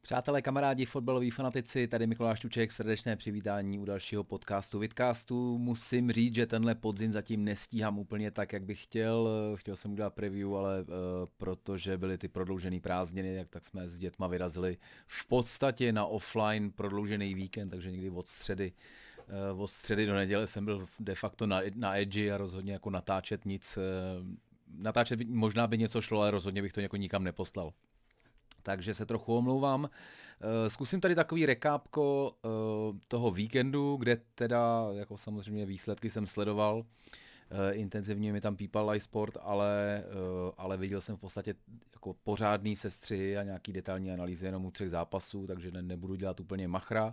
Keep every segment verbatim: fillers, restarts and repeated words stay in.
Přátelé, kamarádi, fotbaloví fanatici, tady Mikuláš Tuček, srdečné přivítání u dalšího podcastu Vidcastu. Musím říct, že tenhle podzim zatím nestíhám úplně tak, jak bych chtěl. Chtěl jsem udělat preview, ale uh, protože byly ty prodloužené prázdniny, tak, tak jsme s dětma vyrazili v podstatě na offline prodloužený víkend, takže někdy od středy, uh, od středy do neděle jsem byl de facto na, na edži a rozhodně jako natáčet nic. Uh, natáčet by, možná by něco šlo, ale rozhodně bych to jako nikam neposlal. Takže se trochu omlouvám. Zkusím tady takový rekápko toho víkendu, kde teda jako samozřejmě výsledky jsem sledoval. Intenzivně mi tam pípal live sport, ale, ale viděl jsem v podstatě jako pořádný sestřihy a nějaký detailní analýzy jenom u třech zápasů, takže ne, nebudu dělat úplně machra.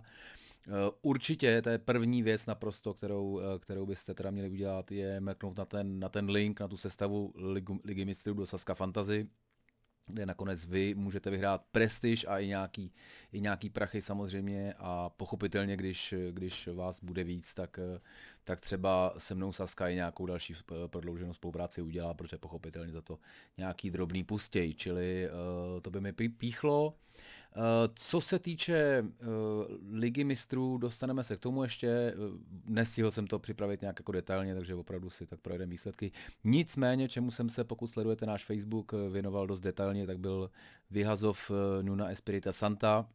Určitě, to je první věc naprosto, kterou, kterou byste teda měli udělat, je mrknout na ten, na ten link, na tu sestavu Ligu, Ligy mistrů do Sazka Fantasy, kde nakonec vy můžete vyhrát prestiž a i nějaký, i nějaký prachy samozřejmě a pochopitelně, když, když vás bude víc, tak, tak třeba se mnou Sazka i nějakou další prodlouženou spolupráci udělá, protože pochopitelně za to nějaký drobný pustěj, čili uh, to by mi píchlo. Uh, co se týče uh, Ligy mistrů, dostaneme se k tomu ještě, uh, nestihl jsem to připravit nějak jako detailně, takže opravdu si tak projedeme výsledky. Nicméně, čemu jsem se, pokud sledujete náš Facebook, věnoval dost detailně, tak byl vyhazov Nuno Espirita Santa,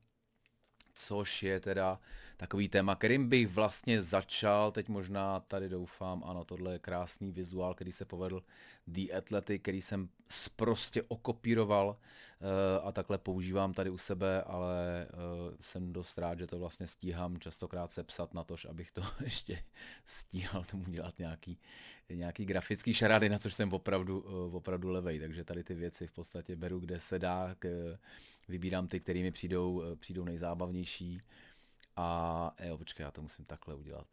což je teda takový téma, kterým bych vlastně začal, teď možná tady doufám, ano, tohle je krásný vizuál, který se povedl The Athletic, který jsem sprostě okopíroval uh, a takhle používám tady u sebe, ale uh, jsem dost rád, že to vlastně stíhám častokrát sepsat na tož, abych to ještě stíhal tomu dělat nějaký, nějaký grafický šarády, na což jsem opravdu, uh, opravdu levej, takže tady ty věci v podstatě beru, kde se dá, k, vybírám ty, které mi přijdou, uh, přijdou nejzábavnější. A jo, počkej, já to musím takhle udělat.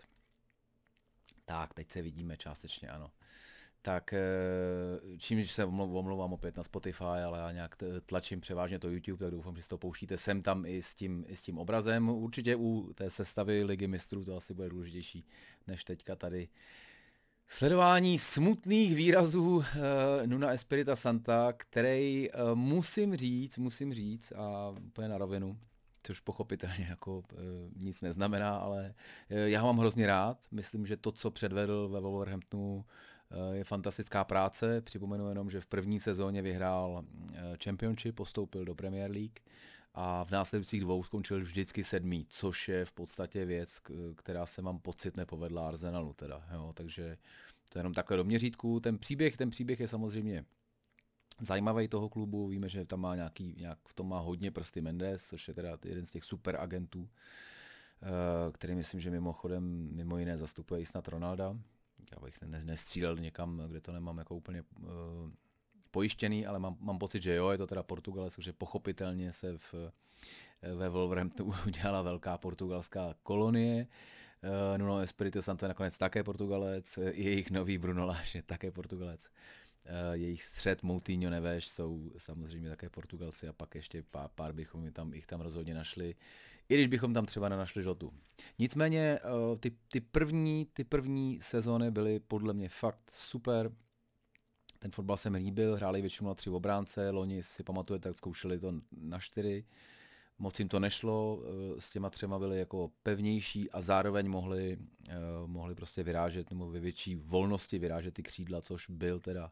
Tak, teď se vidíme částečně, ano. Tak čímž se omlouvám opět na Spotify, ale já nějak tlačím převážně to YouTube, tak doufám, že si to pouštíte sem tam i s tím, i s tím obrazem. Určitě u té sestavy Ligy mistrů to asi bude důležitější než teďka tady sledování smutných výrazů uh, Nuna Espirita Santa, který uh, musím říct, musím říct a úplně na rovinu, což pochopitelně jako e, nic neznamená, ale e, já ho mám hrozně rád. Myslím, že to, co předvedl ve Wolverhamptonu, e, je fantastická práce. Připomenu jenom, že v první sezóně vyhrál e, Championship, postoupil do Premier League a v následujících dvou skončil vždycky sedmý, což je v podstatě věc, která se mám pocit nepovedla Arsenalu teda. Jo? Takže to je jenom takhle do měřítku. Ten příběh, ten příběh je samozřejmě zajímavý toho klubu, víme, že tam má nějaký, nějak v tom má hodně prsty Mendes, což je teda jeden z těch super agentů, který myslím, že mimochodem mimo jiné zastupuje i snad Ronalda. Já bych nestřílel někam, kde to nemám jako úplně uh, pojištěný, ale mám, mám pocit, že jo, je to teda Portugalec, takže pochopitelně se v, ve Wolverhamptonu udělala velká portugalská kolonie. Uh, Nuno Espirito Santo je nakonec také Portugalec, jejich nový Bruno Lage je také Portugalec. Uh, jejich střed Moutinho Neves jsou samozřejmě také Portugalci a pak ještě pár, pár bychom tam, jich tam rozhodně našli, i když bychom tam třeba nenašli Žotu. Nicméně uh, ty, ty, první, ty první sezóny byly podle mě fakt super. Ten fotbal se mi líbil, hráli většinou na tři obránce, loni si pamatujete, tak zkoušeli to na čtyři. Moc jim to nešlo, s těma třema byli jako pevnější a zároveň mohli, mohli prostě vyrážet, nebo ve větší volnosti vyrážet ty křídla, což byl teda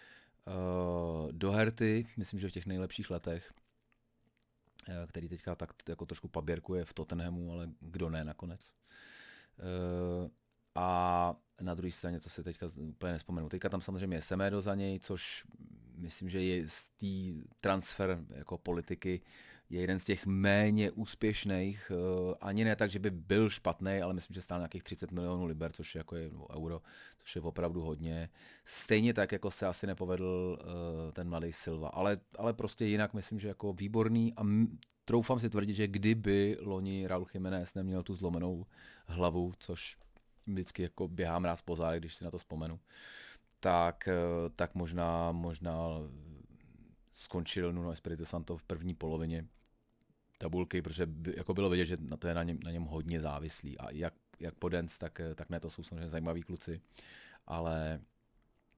do Herty, myslím, že v těch nejlepších letech, který teďka tak jako trošku paběrkuje v Tottenhamu, ale kdo ne nakonec. A na druhé straně, to si teďka úplně nespomenu. Teďka tam samozřejmě je Semedo za něj, což myslím, že je z té transfer jako politiky je jeden z těch méně úspěšných, ani ne tak, že by byl špatný, ale myslím, že stál nějakých třicet milionů liber, což je jako je, no, euro, což je opravdu hodně. Stejně tak, jako se asi nepovedl uh, ten mladý Silva, ale, ale prostě jinak myslím, že jako výborný a m- troufám si tvrdit, že kdyby loni Raúl Jiménez neměl tu zlomenou hlavu, což vždycky jako běhám ráz po zádech, když si na to vzpomenu, tak, tak možná, možná skončil Nuno Espirito Santo v první polovině tabulky, protože by, jako bylo vidět, že na to je na něm, na něm hodně závislý. A jak, jak Podence, tak, tak ne, to jsou samozřejmě zajímaví kluci, ale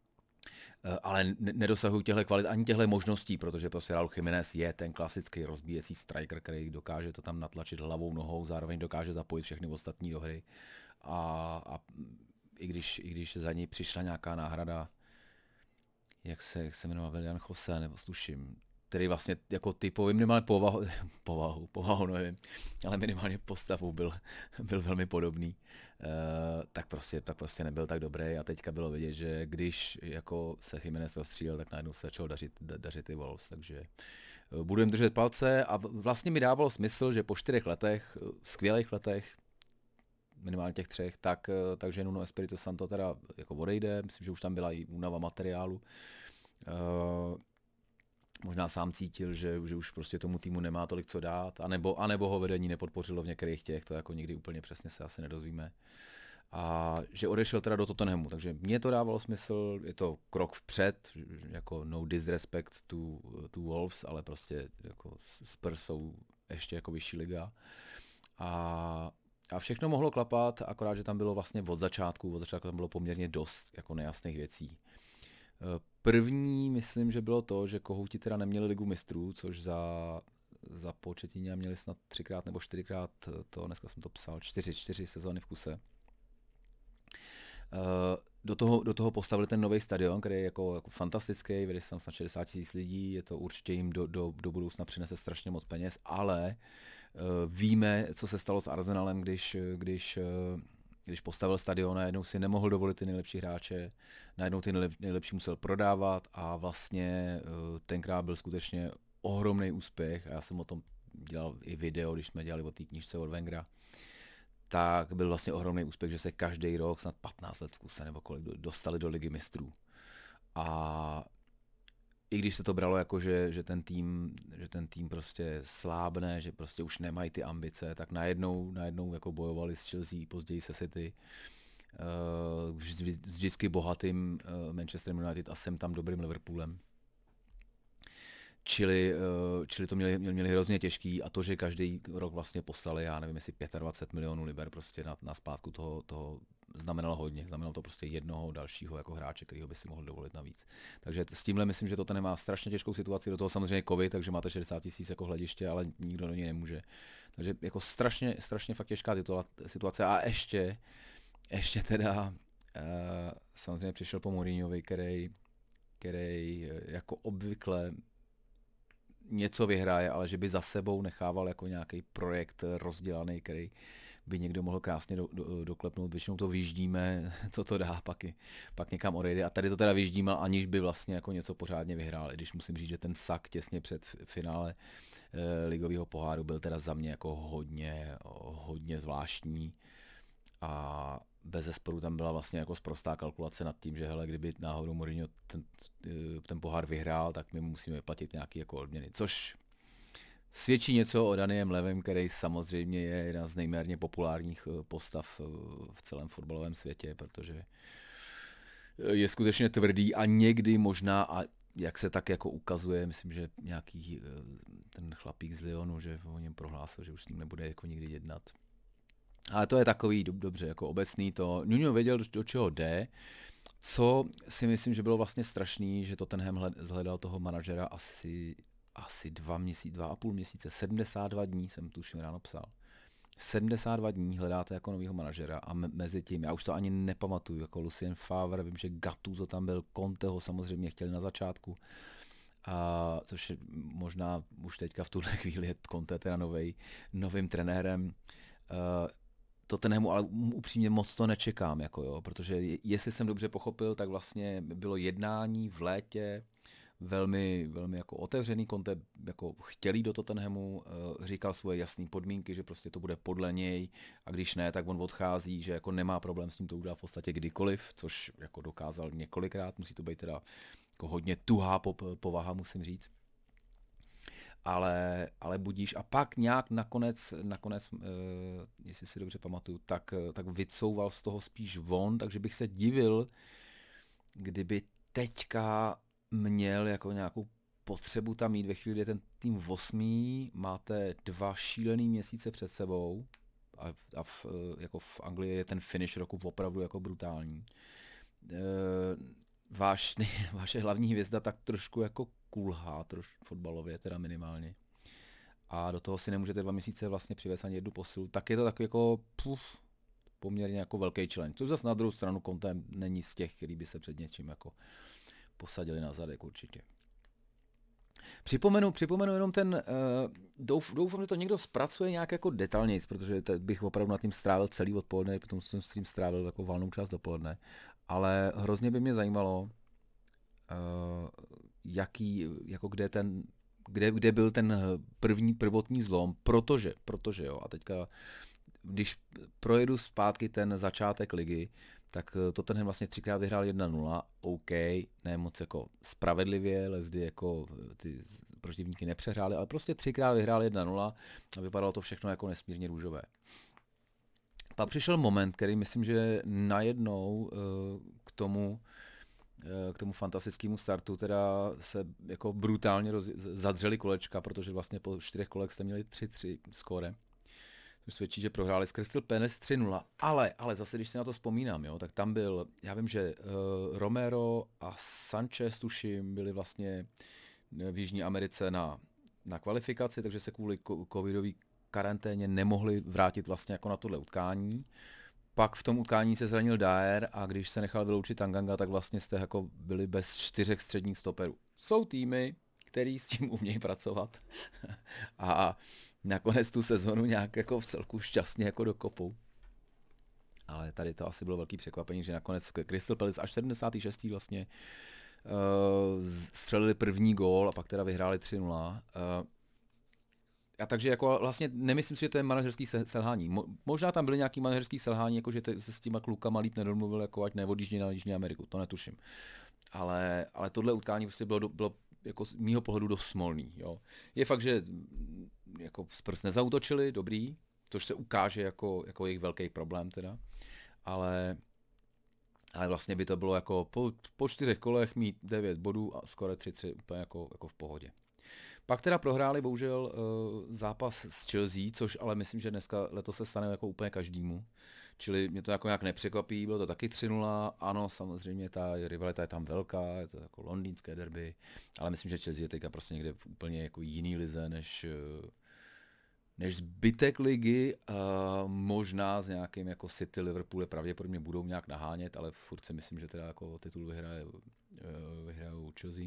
ale nedosahují těchto kvalit ani těchto možností, protože prostě Raúl Jiménez je ten klasický rozbíjecí striker, který dokáže to tam natlačit hlavou, nohou, zároveň dokáže zapojit všechny ostatní do hry. A, a i, když, i když za ní přišla nějaká náhrada, jak se, jak se jmenoval Willian Jose, nebo sluším, který vlastně jako typový, minimálně povahu, povahu, povahu nevím, ale minimálně postavu byl, byl velmi podobný, uh, tak, prostě, tak prostě nebyl tak dobrý a teďka bylo vidět, že když jako se Jiménez rozstřílel, tak najednou se začalo dařit, dařit ty Wolves, takže uh, budu jim držet palce a vlastně mi dávalo smysl, že po čtyřech letech, skvělých letech, minimálně těch třech, tak, takže Nuno Espirito Santo teda jako odejde, myslím, že už tam byla i únava materiálu. Uh, možná sám cítil, že, že už prostě tomu týmu nemá tolik co dát, anebo, anebo ho vedení nepodpořilo v některých těch, to jako nikdy úplně přesně se asi nedozvíme. A že odešel teda do Tottenhamu, takže mně to dávalo smysl, je to krok vpřed, jako no disrespect to, to Wolves, ale prostě jako Spurs jsou ještě jako vyšší liga. A A všechno mohlo klapat, akorát, že tam bylo vlastně od začátku, od začátku tam bylo poměrně dost jako nejasných věcí. První, myslím, že bylo to, že Kohouti teda neměli ligu mistrů, což za, za Pochettino měli snad třikrát nebo čtyřikrát, to dneska jsem to psal, čtyři, čtyři sezóny v kuse. Do toho, do toho postavili ten nový stadion, který je jako, jako fantastický, vede se tam snad šedesát tisíc lidí, je to určitě jim do, do, do budoucna přinese strašně moc peněz, ale víme, co se stalo s Arsenalem, když, když, když postavil stadion, najednou si nemohl dovolit ty nejlepší hráče, najednou ty nejlepší musel prodávat a vlastně tenkrát byl skutečně ohromný úspěch a já jsem o tom dělal i video, když jsme dělali o té knížce od Wengera, tak byl vlastně ohromný úspěch, že se každý rok, snad patnáct let v kuse nebo kolik, dostali do ligy mistrů. A i když se to bralo jako, že, že, ten tým, že ten tým prostě slábne, že prostě už nemají ty ambice, tak najednou, najednou jako bojovali s Chelsea, později se City, uh, vždycky bohatým uh, Manchester United a sem tam dobrým Liverpoolem. Čili, uh, čili to měli, měli, měli hrozně těžký a to, že každý rok vlastně poslali, já nevím, jestli dvacet pět milionů liber prostě na, na zpátku toho, toho znamenalo hodně. Znamenalo to prostě jednoho dalšího jako hráče, kterýho by si mohl dovolit navíc. Takže s tímhle myslím, že to ten má strašně těžkou situaci, do toho samozřejmě covid, takže máte šedesát tisíc jako hlediště, ale nikdo do něj nemůže. Takže jako strašně, strašně fakt těžká situace a ještě, ještě teda uh, samozřejmě přišel po Mourinhovi, který, který jako obvykle něco vyhraje, ale že by za sebou nechával jako nějaký projekt rozdělaný, který by někdo mohl krásně do, do, doklepnout. Většinou to vyždíme, co to dá, pak, pak někam odejde. A tady to teda vyždíme, aniž by vlastně jako něco pořádně vyhrál. I když musím říct, že ten sak těsně před finále e, ligového poháru byl teda za mě jako hodně, hodně zvláštní. A bez zesporu tam byla vlastně jako sprostá kalkulace nad tím, že hele, kdyby náhodou Mourinho ten, ten pohár vyhrál, tak my musíme platit nějaký jako odměny. Což svědčí něco o Daniem Levem, který samozřejmě je jedna z nejméně populárních postav v celém fotbalovém světě, protože je skutečně tvrdý a někdy možná, a jak se tak jako ukazuje, myslím, že nějaký ten chlapík z Lyonu, že o něm prohlásil, že už s ním nebude jako nikdy jednat. Ale to je takový dobře jako obecný to. Nuno věděl, do čeho jde, co si myslím, že bylo vlastně strašný, že Tottenham zhledal toho manažera asi, asi dva měsíce, dva a půl měsíce, sedmdesát dva dní jsem tuším ráno psal. sedmdesát dva dní hledáte jako novýho manažera a me- mezi tím, já už to ani nepamatuju, jako Lucien Favre, vím, že Gattuso tam byl, Conteho samozřejmě chtěli na začátku, a což je možná už teďka v tuhle chvíli je Conte teda novej, novým trenérem. Uh, Tottenhamu, ale upřímně moc to nečekám, jako jo, protože jestli jsem dobře pochopil, tak vlastně bylo jednání v létě, velmi, velmi jako otevřený, Conte jako chtěli do Tottenhamu, říkal svoje jasné podmínky, že prostě to bude podle něj a když ne, tak on odchází, že jako nemá problém s tím to udělat v podstatě kdykoliv, což jako dokázal několikrát, musí to být teda jako hodně tuhá povaha, musím říct. Ale, ale budíš a pak nějak nakonec, nakonec uh, jestli si dobře pamatuju, tak, tak vycouval z toho spíš von, takže bych se divil, kdyby teďka měl jako nějakou potřebu tam mít ve chvíli, kdy je ten tým osmý, máte dva šílený měsíce před sebou a, a v, jako v Anglii je ten finish roku opravdu jako brutální. Uh, váš, vaše hlavní hvězda tak trošku jako kulhá, trošku fotbalově teda minimálně. A do toho si nemůžete dva měsíce vlastně přivést ani jednu posilu, tak je to takový jako puf, poměrně jako velký challenge. Což zase na druhou stranu Conte není z těch, který by se před něčím jako posadili na zadek určitě. Připomenu, připomenu jenom ten, uh, douf, doufám, že to někdo zpracuje nějak jako detailnějc, protože bych opravdu nad tím strávil celý odpoledne, potom jsem s tím strávil jako valnou část dopoledne, ale hrozně by mě zajímalo, uh, jaký, jako kde ten, kde, kde byl ten první, prvotní zlom, protože, protože jo, a teďka, když projedu zpátky ten začátek ligy, tak Tottenham vlastně třikrát vyhrál jedna nula, OK, ne moc jako spravedlivě, lezdy jako ty protivníky nepřehráli, ale prostě třikrát vyhrál jedna nula a vypadalo to všechno jako nesmírně růžové. Pak přišel moment, který myslím, že najednou k tomu, k tomu fantastickému startu teda se jako brutálně roz... zadřeli kolečka, protože vlastně po čtyřech kolech jste měli tři tři skóre. Což svědčí, že prohráli s Crystal Palace tři nula, ale, ale zase, když si na to vzpomínám, jo, tak tam byl, já vím, že uh, Romero a Sanchez, tuším, byli vlastně v Jižní Americe na, na kvalifikaci, takže se kvůli covidové karanténě nemohli vrátit vlastně jako na tohle utkání. Pak v tom utkání se zranil Dyer a když se nechal vyloučit Tanganga, tak vlastně jste jako byli bez čtyřech středních stoperů. Jsou týmy, který s tím umějí pracovat a nakonec tu sezonu nějak jako v celku šťastně jako dokopou. Ale tady to asi bylo velký překvapení, že nakonec Crystal Palace až sedmdesátý šestý vlastně uh, střelili první gól a pak teda vyhráli tři nula. Uh, a takže jako vlastně nemyslím si, že to je manažerský selhání. Mo, možná tam byly nějaký manažerský selhání, jako že te, se s těma klukama líp nedomluvil, jako ať neodjíždí na Jižní Ameriku, to netuším. Ale, ale tohle utkání prostě bylo, bylo jako z mýho pohledu dost smolný. Jo. Je fakt, že jako Spurs nezautočili, dobrý, což se ukáže jako, jako jejich velký problém teda, ale, ale vlastně by to bylo jako po, po čtyřech kolech mít devět bodů a skoro tři tři úplně jako, jako v pohodě. Pak teda prohráli bohužel uh, zápas s Chelsea, což ale myslím, že dneska letos se stane jako úplně každému. Čili mě to jako nějak nepřekvapí, bylo to taky tři nula, ano, samozřejmě ta rivalita je tam velká, je to jako londýnské derby, ale myslím, že Chelsea je teďka prostě někde v úplně jako jiný lize než, než zbytek ligy, uh, možná s nějakým jako City, Liverpool pravděpodobně budou nějak nahánět, ale furt si myslím, že teda jako titul vyhraje, uh, vyhrajou Chelsea.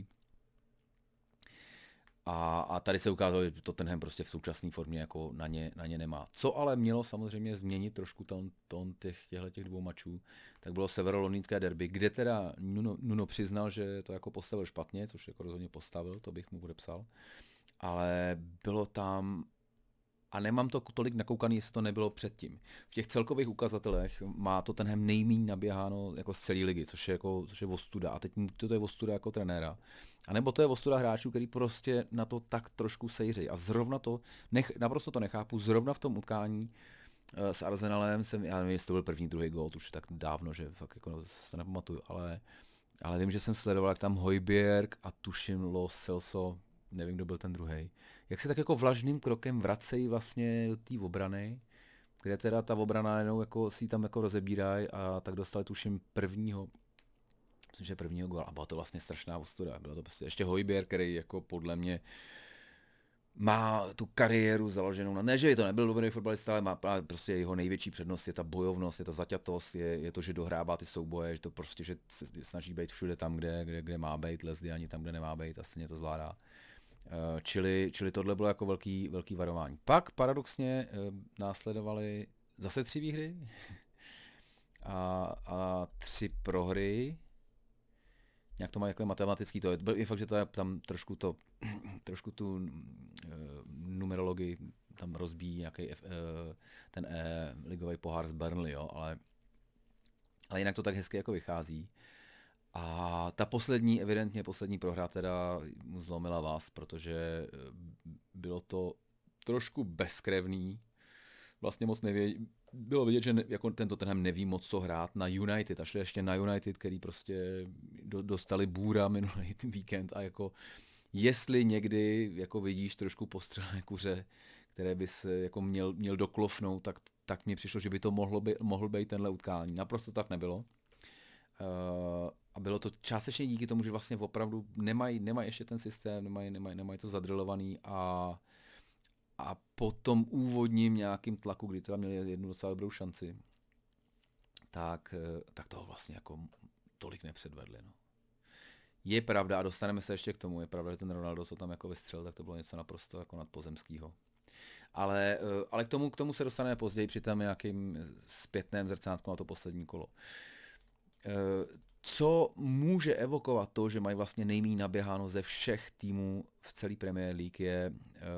A, a tady se ukázalo, že Tottenham prostě v současné formě jako na ně, na ně nemá. Co ale mělo samozřejmě změnit trošku ton, ton těch, těch dvou mačů, tak bylo severolondýnské derby, kde teda Nuno, Nuno přiznal, že to jako postavil špatně, což jako rozhodně postavil, to bych mu podepsal. Ale bylo tam, a nemám to tolik nakoukaný, jestli to nebylo předtím. V těch celkových ukazatelech má Tottenham nejméně naběháno jako z celé ligy, což je, jako, což je ostuda. A teď to je ostuda jako trenéra. A nebo to je ostuda hráčů, který prostě na to tak trošku sejřejí. A zrovna to, nech, naprosto to nechápu, zrovna v tom utkání uh, s Arsenalem jsem, já nevím, jestli to byl první, druhý gól, to už je tak dávno, že fakt jako se nepamatuju, ale, ale vím, že jsem sledoval, jak tam Højbjerg a tuším Lo Celso, nevím, kdo byl ten druhej, jak se tak jako vlažným krokem vracejí vlastně do té obrany, kde teda ta obrana jenom jako si tam jako rozebírají a tak dostali tuším prvního, myslím, že prvního góla a byla to vlastně strašná ostuda. Byla to prostě ještě Højbjerg, který jako podle mě má tu kariéru založenou na, ne, že to nebyl dobrý fotbalista, ale má prostě jeho největší přednost je ta bojovnost, je ta zaťatost, je, je to, že dohrává ty souboje, že to prostě, že se snaží být všude tam, kde, kde, kde má být, lezdy ani tam, kde nemá být a stejně to zvládá. Čili, čili tohle bylo jako velký, velký varování. Pak paradoxně následovaly zase tři výhry a, a tři prohry. Nějak to má jako matematický to. Je fakt, že to je tam trošku to, trošku tu uh, numerologii tam rozbíjí nějaký uh, ten uh, ligový pohár z Burnley, jo, ale, ale jinak to tak hezky jako vychází. A ta poslední, evidentně poslední prohra teda mu zlomila vás, protože bylo to trošku bezkrevný. Vlastně moc nevěděl, bylo vidět, že ne, jako tento Tottenham neví moc co hrát na United. A šli ještě na United, který prostě do, dostali bůra minulý víkend a jako jestli někdy jako vidíš trošku postřelené kuře, které bys jako měl, měl doklofnout, tak, tak mi přišlo, že by to mohlo být, mohl být tenhle utkání. Naprosto tak nebylo. Uh, a bylo to částečně díky tomu, že vlastně opravdu nemají, nemají ještě ten systém, nemají, nemají, nemají to zadrilovaný a, a po tom úvodním nějakým tlaku, kdy teda měli jednu docela dobrou šanci, tak, tak toho vlastně jako tolik nepředvedli. No. Je pravda, a dostaneme se ještě k tomu, je pravda, že ten Ronaldo, co tam jako vystřelil, tak to bylo něco naprosto jako nadpozemského. Ale, ale k tomu, k tomu se dostaneme později při tam nějakým zpětném zrcátku na to poslední kolo. Co může evokovat to, že mají vlastně nejméně naběháno ze všech týmů v celé Premier League, je,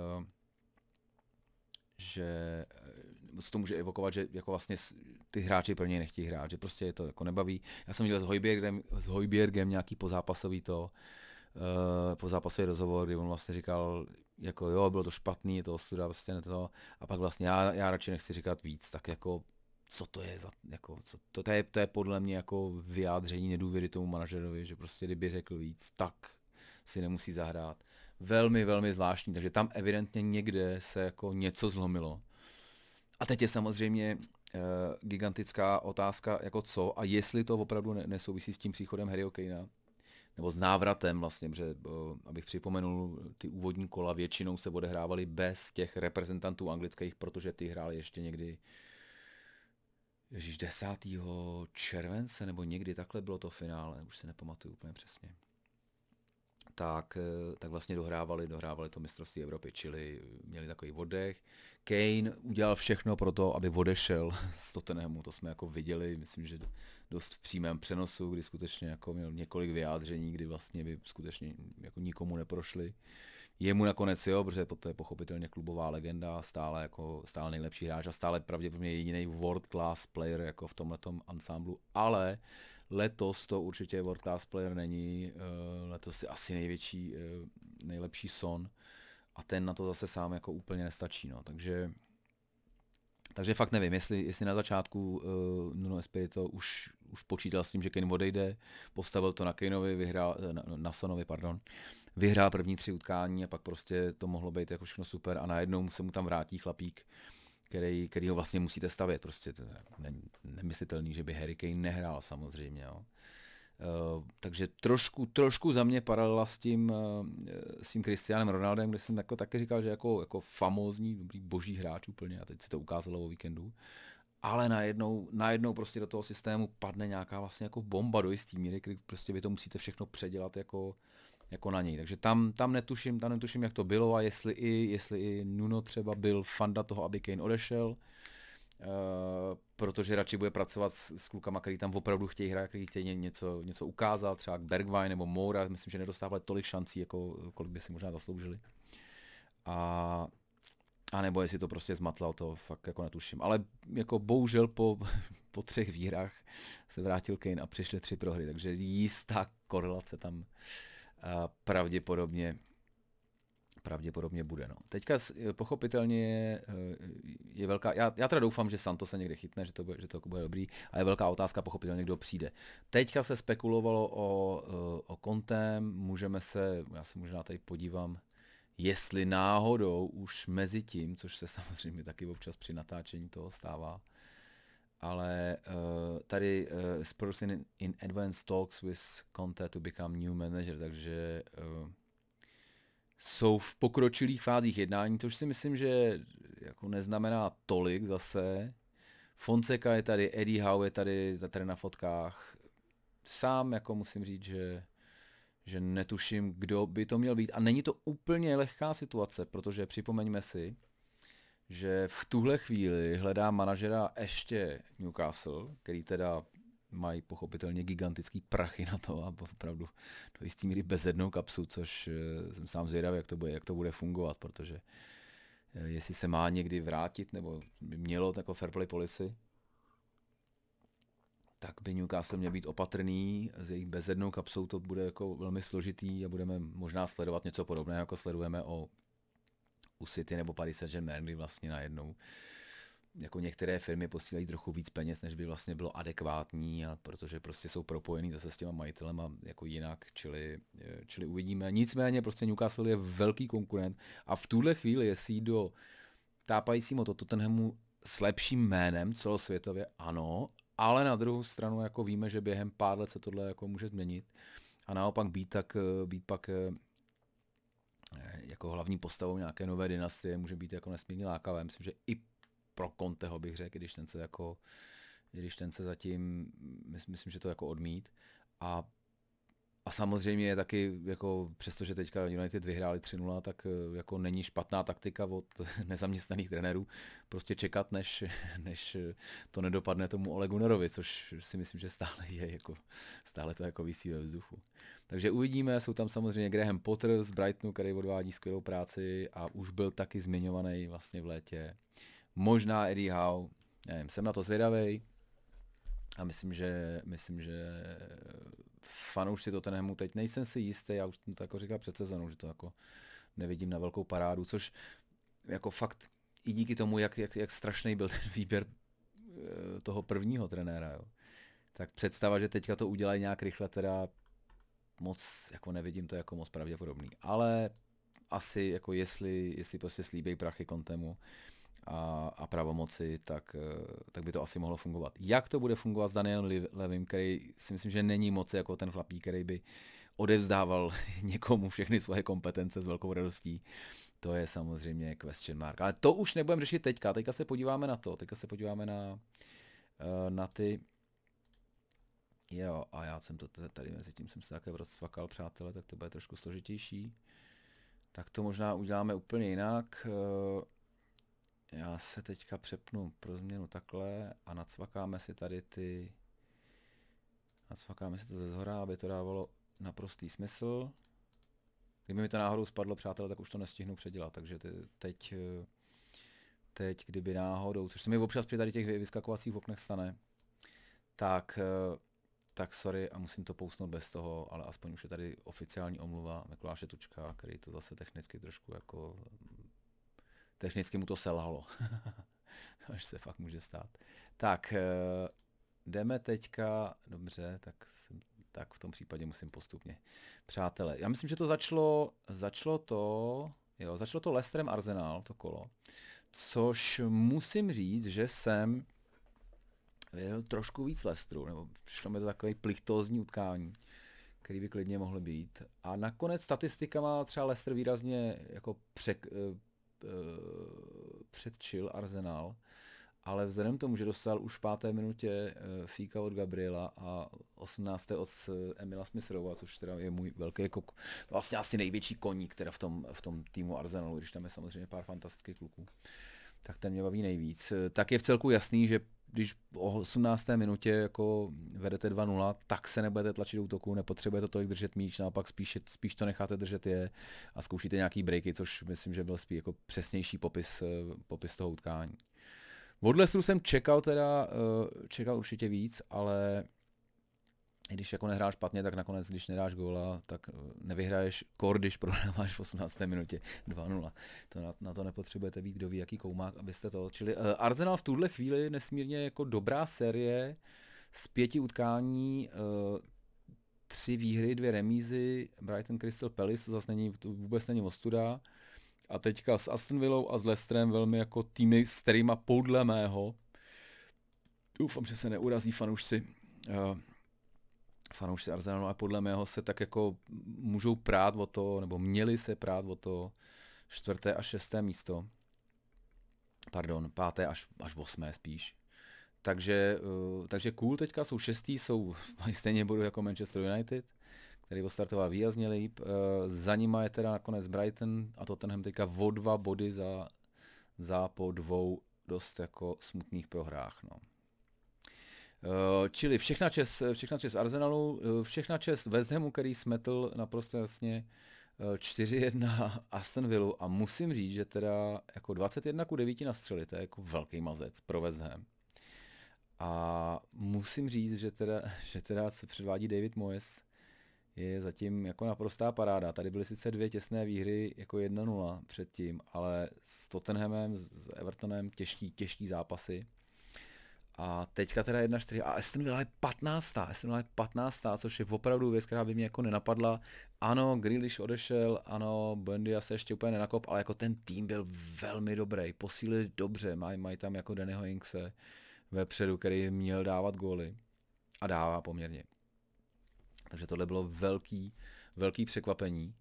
že co to může evokovat, že jako vlastně ty hráči pro něj nechtějí hrát, že prostě je to jako nebaví. Já jsem viděl s Hojbjergem, s Hojbjergem nějaký pozápasový to, uh, pozápasový rozhovor, kdy on vlastně říkal, jako jo, bylo to špatný, je to ostuda, vlastně ne to, a pak vlastně já, já radši nechci říkat víc, tak jako co to je za, jako, co, to, to, je, to je podle mě jako vyjádření nedůvěry tomu manažerovi, že prostě kdyby řekl víc, tak si nemusí zahrát. Velmi, velmi zvláštní, takže tam evidentně někde se jako něco zlomilo. A teď je samozřejmě uh, gigantická otázka, jako co a jestli to opravdu ne- nesouvisí s tím příchodem Harryho Kanea, nebo s návratem vlastně, protože, uh, abych připomenul, ty úvodní kola většinou se odehrávaly bez těch reprezentantů anglických, protože ty hráli ještě někdy ježiš, desátého července, nebo někdy takhle bylo to finále, už si nepamatuju úplně přesně. Tak, tak vlastně dohrávali, dohrávali to mistrovství Evropy, čili měli takový oddech. Kane udělal všechno pro to, aby odešel z Tottenhamu, to jsme jako viděli, myslím, že dost v přímém přenosu, kdy skutečně jako měl několik vyjádření, kdy vlastně by skutečně jako nikomu neprošli. Jemu nakonec jo, protože to je pochopitelně klubová legenda, stále jako stále nejlepší hráč a stále pravděpodobně jediný world class player jako v tomhletom ansámblu, ale letos to určitě world class player není, letos je asi největší, nejlepší Son a ten na to zase sám jako úplně nestačí, no, takže takže fakt nevím, jestli, jestli na začátku uh, Nuno Espirito už, už počítal s tím, že Kane odejde, postavil to na Kaneovi, vyhrál, na, na Sonovi, pardon, vyhrál první tři utkání a pak prostě to mohlo být jako všechno super a najednou se mu tam vrátí chlapík, který, který ho vlastně musíte stavět. Prostě to je nemyslitelný, že by Harry Kane nehrál samozřejmě. Jo. Uh, takže trošku, trošku za mě paralela s tím, uh, s tím Cristianem Ronaldem, kde jsem jako taky říkal, že jako, jako famózní, dobrý boží hráč úplně a teď se to ukázalo o víkendu. Ale najednou, najednou prostě do toho systému padne nějaká vlastně jako bomba do jistý míry, kdy prostě vy to musíte všechno předělat jako, jako na něj. Takže tam, tam, netuším, tam netuším, jak to bylo a jestli i, jestli i Nuno třeba byl fanda toho, aby Kane odešel, uh, protože radši bude pracovat s, s klukama, který tam opravdu chtějí hrát, který chtějí něco, něco ukázat, třeba Bergwijn nebo Moura, myslím, že nedostávali tolik šancí, jako kolik by si možná zasloužili. A A nebo jestli to prostě zmatlal, to fakt jako netuším. Ale jako bohužel po, po třech výhrách se vrátil Kane a přišly tři prohry, takže jistá korelace tam pravděpodobně, pravděpodobně bude. No. Teďka pochopitelně je, je velká, já, já teda doufám, že Santos se někde chytne, že to, bude, že to bude dobrý, a je velká otázka pochopitelně, kdo přijde. Teďka se spekulovalo o, o Contem, můžeme se, já se možná tady podívám, jestli náhodou už mezi tím, což se samozřejmě taky občas při natáčení toho stává, ale uh, tady uh, Spurs in, in advanced talks with Conte to become new manager, takže uh, jsou v pokročilých fázích jednání, což si myslím, že jako neznamená tolik zase. Fonseca je tady, Eddie Howe je tady, tady na fotkách. Sám jako musím říct, že že netuším, kdo by to měl být. A není to úplně lehká situace, protože připomeňme si, že v tuhle chvíli hledá manažera ještě Newcastle, který teda mají pochopitelně gigantický prachy na to a opravdu do jistý míry bezednou kapsu, což jsem sám zvědavý, jak to bude, jak to bude fungovat, protože jestli se má někdy vrátit, nebo by mělo jako fair play policy, tak by Newcastle měl být opatrný, s jejich bezednou kapsou to bude jako velmi složitý a budeme možná sledovat něco podobného, jako sledujeme o, u City nebo Paris Saint-Germain, kdy vlastně najednou jako některé firmy posílají trochu víc peněz, než by vlastně bylo adekvátní, a protože prostě jsou propojený zase s těma majitelema jako jinak, čili, čili uvidíme. Nicméně prostě Newcastle je velký konkurent a v tuhle chvíli, jestli do tápajícímu to Tottenhamu s lepším jménem celosvětově, ano, ale na druhou stranu jako víme, že během pár let se tohle jako může změnit a naopak být tak, být pak jako hlavní postavou nějaké nové dynastie může být jako nesmírně lákavé. Myslím, že i pro Conteho bych řekl, když ten se jako, když ten se zatím, myslím, že to jako odmít. A A samozřejmě je taky, jako přestože teďka United vyhráli tři nula, tak jako není špatná taktika od nezaměstnaných trenérů prostě čekat, než, než to nedopadne tomu Ole Gunnarovi, což si myslím, že stále je, jako, stále to jako visí ve vzduchu. Takže uvidíme, jsou tam samozřejmě Graham Potter z Brightonu, který odvádí skvělou práci a už byl taky zmiňovaný vlastně v létě. Možná Eddie Howe, nevím, jsem na to zvědavej. A myslím, že, myslím, že fanoušci Tottenhamu teď nejsem si jistý, já už jsem to jako říkal před sezónou, že to jako nevidím na velkou parádu, což jako fakt i díky tomu, jak, jak, jak strašný byl ten výběr toho prvního trenéra, jo. Tak představa, že teďka to udělají nějak rychle, teda moc, jako nevidím to jako moc pravděpodobný. Ale asi jako jestli, jestli prostě slíbej prachy Contemu, A, a pravomoci, tak, tak by to asi mohlo fungovat. Jak to bude fungovat s Danielem Levym, který si myslím, že není moc jako ten chlapík, který by odevzdával někomu všechny svoje kompetence s velkou radostí, to je samozřejmě question mark. Ale to už nebudeme řešit teďka, teďka se podíváme na to, teďka se podíváme na, na ty... Jo, a já jsem to tady mezi tím jsem se také rozsvakal, přátelé, tak to bude trošku složitější. Tak to možná uděláme úplně jinak. Já se teďka přepnu pro změnu takhle a nacvakáme si tady ty... Nacvakáme si to ze zhora, aby to dávalo naprostý smysl. Kdyby mi to náhodou spadlo, přátelé, tak už to nestihnu předělat, takže teď... Teď, kdyby náhodou, což se mi občas při tady těch vyskakovacích oknech stane, tak... Tak sorry a musím to pousnout bez toho, ale aspoň už je tady oficiální omluva Mikuláše Tučka, který to zase technicky trošku jako... Technicky mu to selhalo. Až se fakt může stát. Tak, jdeme teďka, dobře, tak, jsem, tak v tom případě musím postupně. Přátelé, já myslím, že to začalo, začalo to, jo, začalo to Leicesterem Arsenal, to kolo, což musím říct, že jsem věděl trošku víc Leicesteru, nebo přišlo mi to takový plichtózní utkání, který by klidně mohl být. A nakonec statistikama třeba Leicester výrazně jako přek, předčil Arsenal, ale vzhledem k tomu, že dostal už v páté minutě fíka od Gabriela a osmnácté od Emila Smith-Rowa, což teda je můj velký, jako vlastně asi největší koník teda v tom, v tom týmu Arsenalu, když tam je samozřejmě pár fantastických kluků, tak ten mě baví nejvíc. Tak je v celku jasný, že když o osmnácté minutě jako vedete dva nula, tak se nebudete tlačit do útoku, nepotřebujete tolik držet míč, naopak spíš, spíš to necháte držet je a zkoušíte nějaký breaky, což myslím, že byl spíš jako přesnější popis, popis toho utkání. Od Leicesteru jsem čekal teda, čekal určitě víc, ale i když jako nehrál špatně, tak nakonec, když nedáš góla, tak nevyhraješ kor, když prohráváš v osmnácté minutě dva nula. To na, na to nepotřebujete být kdo ví jaký koumák, abyste to... Čili uh, Arsenal v tuhle chvíli nesmírně jako dobrá série z pěti utkání, uh, tři výhry, dvě remízy, Brighton Crystal Palace, to zase není, to vůbec není ostuda. A teďka s Aston Villou a s Leicesterem velmi jako týmy, s kterýma podle mého, doufám, že se neurazí fanoušci, uh, fanoušci Arsenalu, a podle mého se tak jako můžou prát o to, nebo měli se prát o to čtvrté a šesté místo. Pardon, páté až, až osmé spíš. Takže, uh, takže cool, teďka jsou šestý, jsou, mají stejně bodu jako Manchester United, který postartoval výrazně líp. Uh, za nima je teda nakonec Brighton a Tottenham teďka o dva body za, za po dvou dost jako smutných prohrách, no. Uh, čili všechna čest, všechna čest Arsenalu, uh, všechna čest West Hamu, který smetl naprosto jasně uh, čtyři jedna Aston Villa a musím říct, že teda jako dvacet jedna ku devíti na střely, to je jako velký mazec pro West Ham. A musím říct, že teda, že teda co předvádí David Moyes, je zatím jako naprostá paráda. Tady byly sice dvě těsné výhry jako jedna nula předtím, ale s Tottenhamem, s Evertonem těžký, těžký zápasy. A teďka teda jedna čtyři a Aston Villa je patnáctá Aston Villa je patnáctá což je opravdu věc, která by mě jako nenapadla. Ano, Grealish odešel, ano, Buendia se ještě úplně nenakop, ale jako ten tým byl velmi dobrý, posílili dobře, mají maj tam jako Dannyho Inkse, vepředu, který měl dávat góly a dává poměrně. Takže tohle bylo velký, velký překvapení.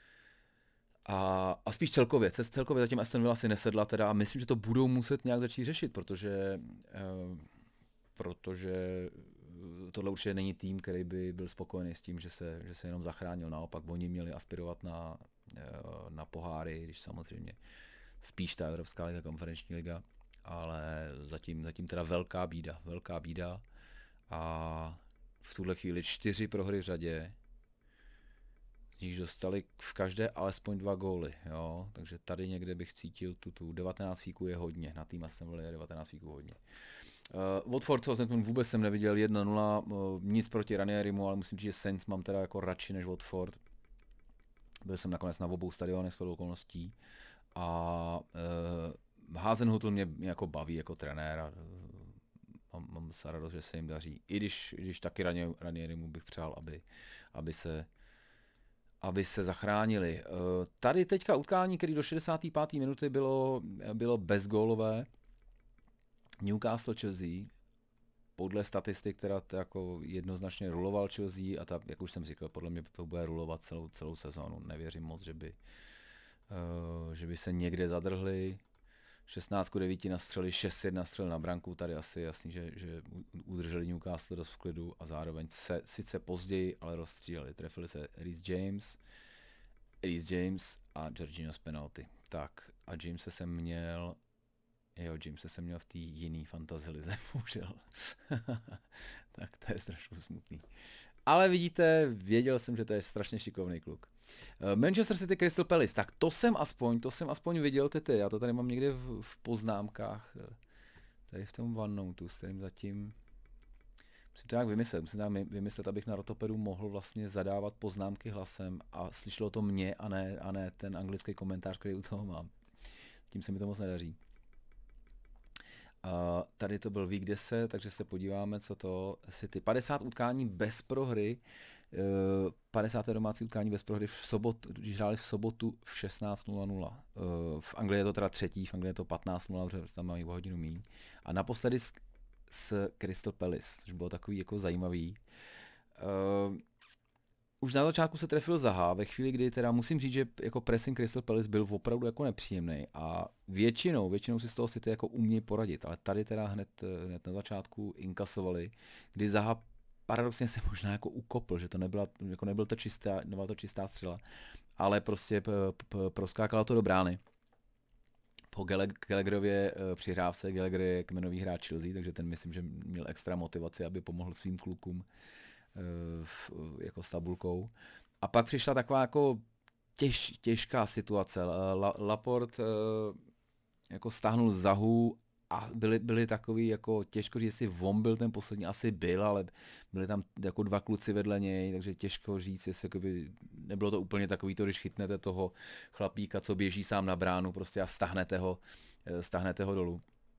A, a spíš celkově, celkově zatím Aston Villa si nesedla teda a myslím, že to budou muset nějak začít řešit, protože, uh, protože tohle určitě není tým, který by byl spokojený s tím, že se, že se jenom zachránil. Naopak oni měli aspirovat na, uh, na poháry, když samozřejmě spíš ta Evropská liga, konferenční liga, ale zatím, zatím teda velká bída, velká bída a v tuhle chvíli čtyři prohry v řadě, z nich dostali v každé alespoň dva góly, jo, takže tady někde bych cítil tu, tu devatenáct fíků je hodně, na tým Aston Villa je devatenáct fíků hodně. Uh, Watford Southampton vůbec jsem neviděl, jedna nula, uh, nic proti Ranierimu, ale musím říct, že Saints mám teda jako radši než Watford. Byl jsem nakonec na obou stadionech shodou okolností a uh, Hasenhüttl mě, mě jako baví jako trenér a uh, mám, mám se radost, že se jim daří, i když, když taky Ranierimu bych přál, aby, aby se aby se zachránili. Tady teďka utkání, který do šedesáté páté minuty bylo, bylo bezgólové. Newcastle Chelsea, podle statistik teda to jako jednoznačně ruloval Chelsea a ta, jak už jsem říkal, podle mě to bude rulovat celou, celou sezónu. Nevěřím moc, že by, uh, že by se někde zadrhli. šestnáct devět nastřeli, šest jedna nastřeli na branku, tady asi jasný, že, že udrželi Newcastle dost v klidu a zároveň se sice později, ale rozstříleli. Trefili se Reece James, Reece James a Jorginho z penalty. Tak a Jamese jsem měl, jo, Jamese jsem měl v té jiný fantasy lize, bohužel. Tak to je trošku smutný. Ale vidíte, věděl jsem, že to je strašně šikovný kluk. Manchester City Crystal Palace, tak to jsem aspoň, to jsem aspoň viděl ty, já to tady mám někde v, v poznámkách, tady v tom OneNote, s kterým zatím, musím to nějak vymyslet, musím to nějak vymyslet, abych na Rotopedu mohl vlastně zadávat poznámky hlasem a slyšelo to mě a ne, a ne ten anglický komentář, který u toho mám. Tím se mi to moc nedaří. Uh, tady to byl week deset, takže se podíváme, co to City. padesát utkání bez prohry, uh, padesát domácí utkání bez prohry v sobotu, když hráli v sobotu v šestnáct nula nula. Uh, v Anglii je to teda třetí, v Anglii je to patnáct nula, protože tam mají o hodinu míň. A naposledy s, s Crystal Palace, což bylo takový jako zajímavý. Uh, Už na začátku se trefil Zaha, ve chvíli, kdy teda musím říct, že jako pressing Crystal Palace byl opravdu jako nepříjemný a většinou, většinou si z toho City jako umějí poradit, ale tady teda hned, hned na začátku inkasovali, kdy Zaha paradoxně se možná jako ukopl, že to nebyla, jako nebyl to čistá, nebyla to čistá střela, ale prostě p- p- proskákala to do brány. Po Gallagherově přihrávce, Gallagher je kmenový hráč Chelsea, takže ten myslím, že měl extra motivaci, aby pomohl svým klukům V, jako s tabulkou. A pak přišla taková jako těž, těžká situace. La, Laporte jako stáhnul Zahu a byli, byli takový jako těžko říct, jestli on byl ten poslední, asi byl, ale byli tam jako dva kluci vedle něj, takže těžko říct, jestli jakoby, nebylo to úplně takový to, když chytnete toho chlapíka, co běží sám na bránu prostě a stáhnete ho, stáhnete ho dolů.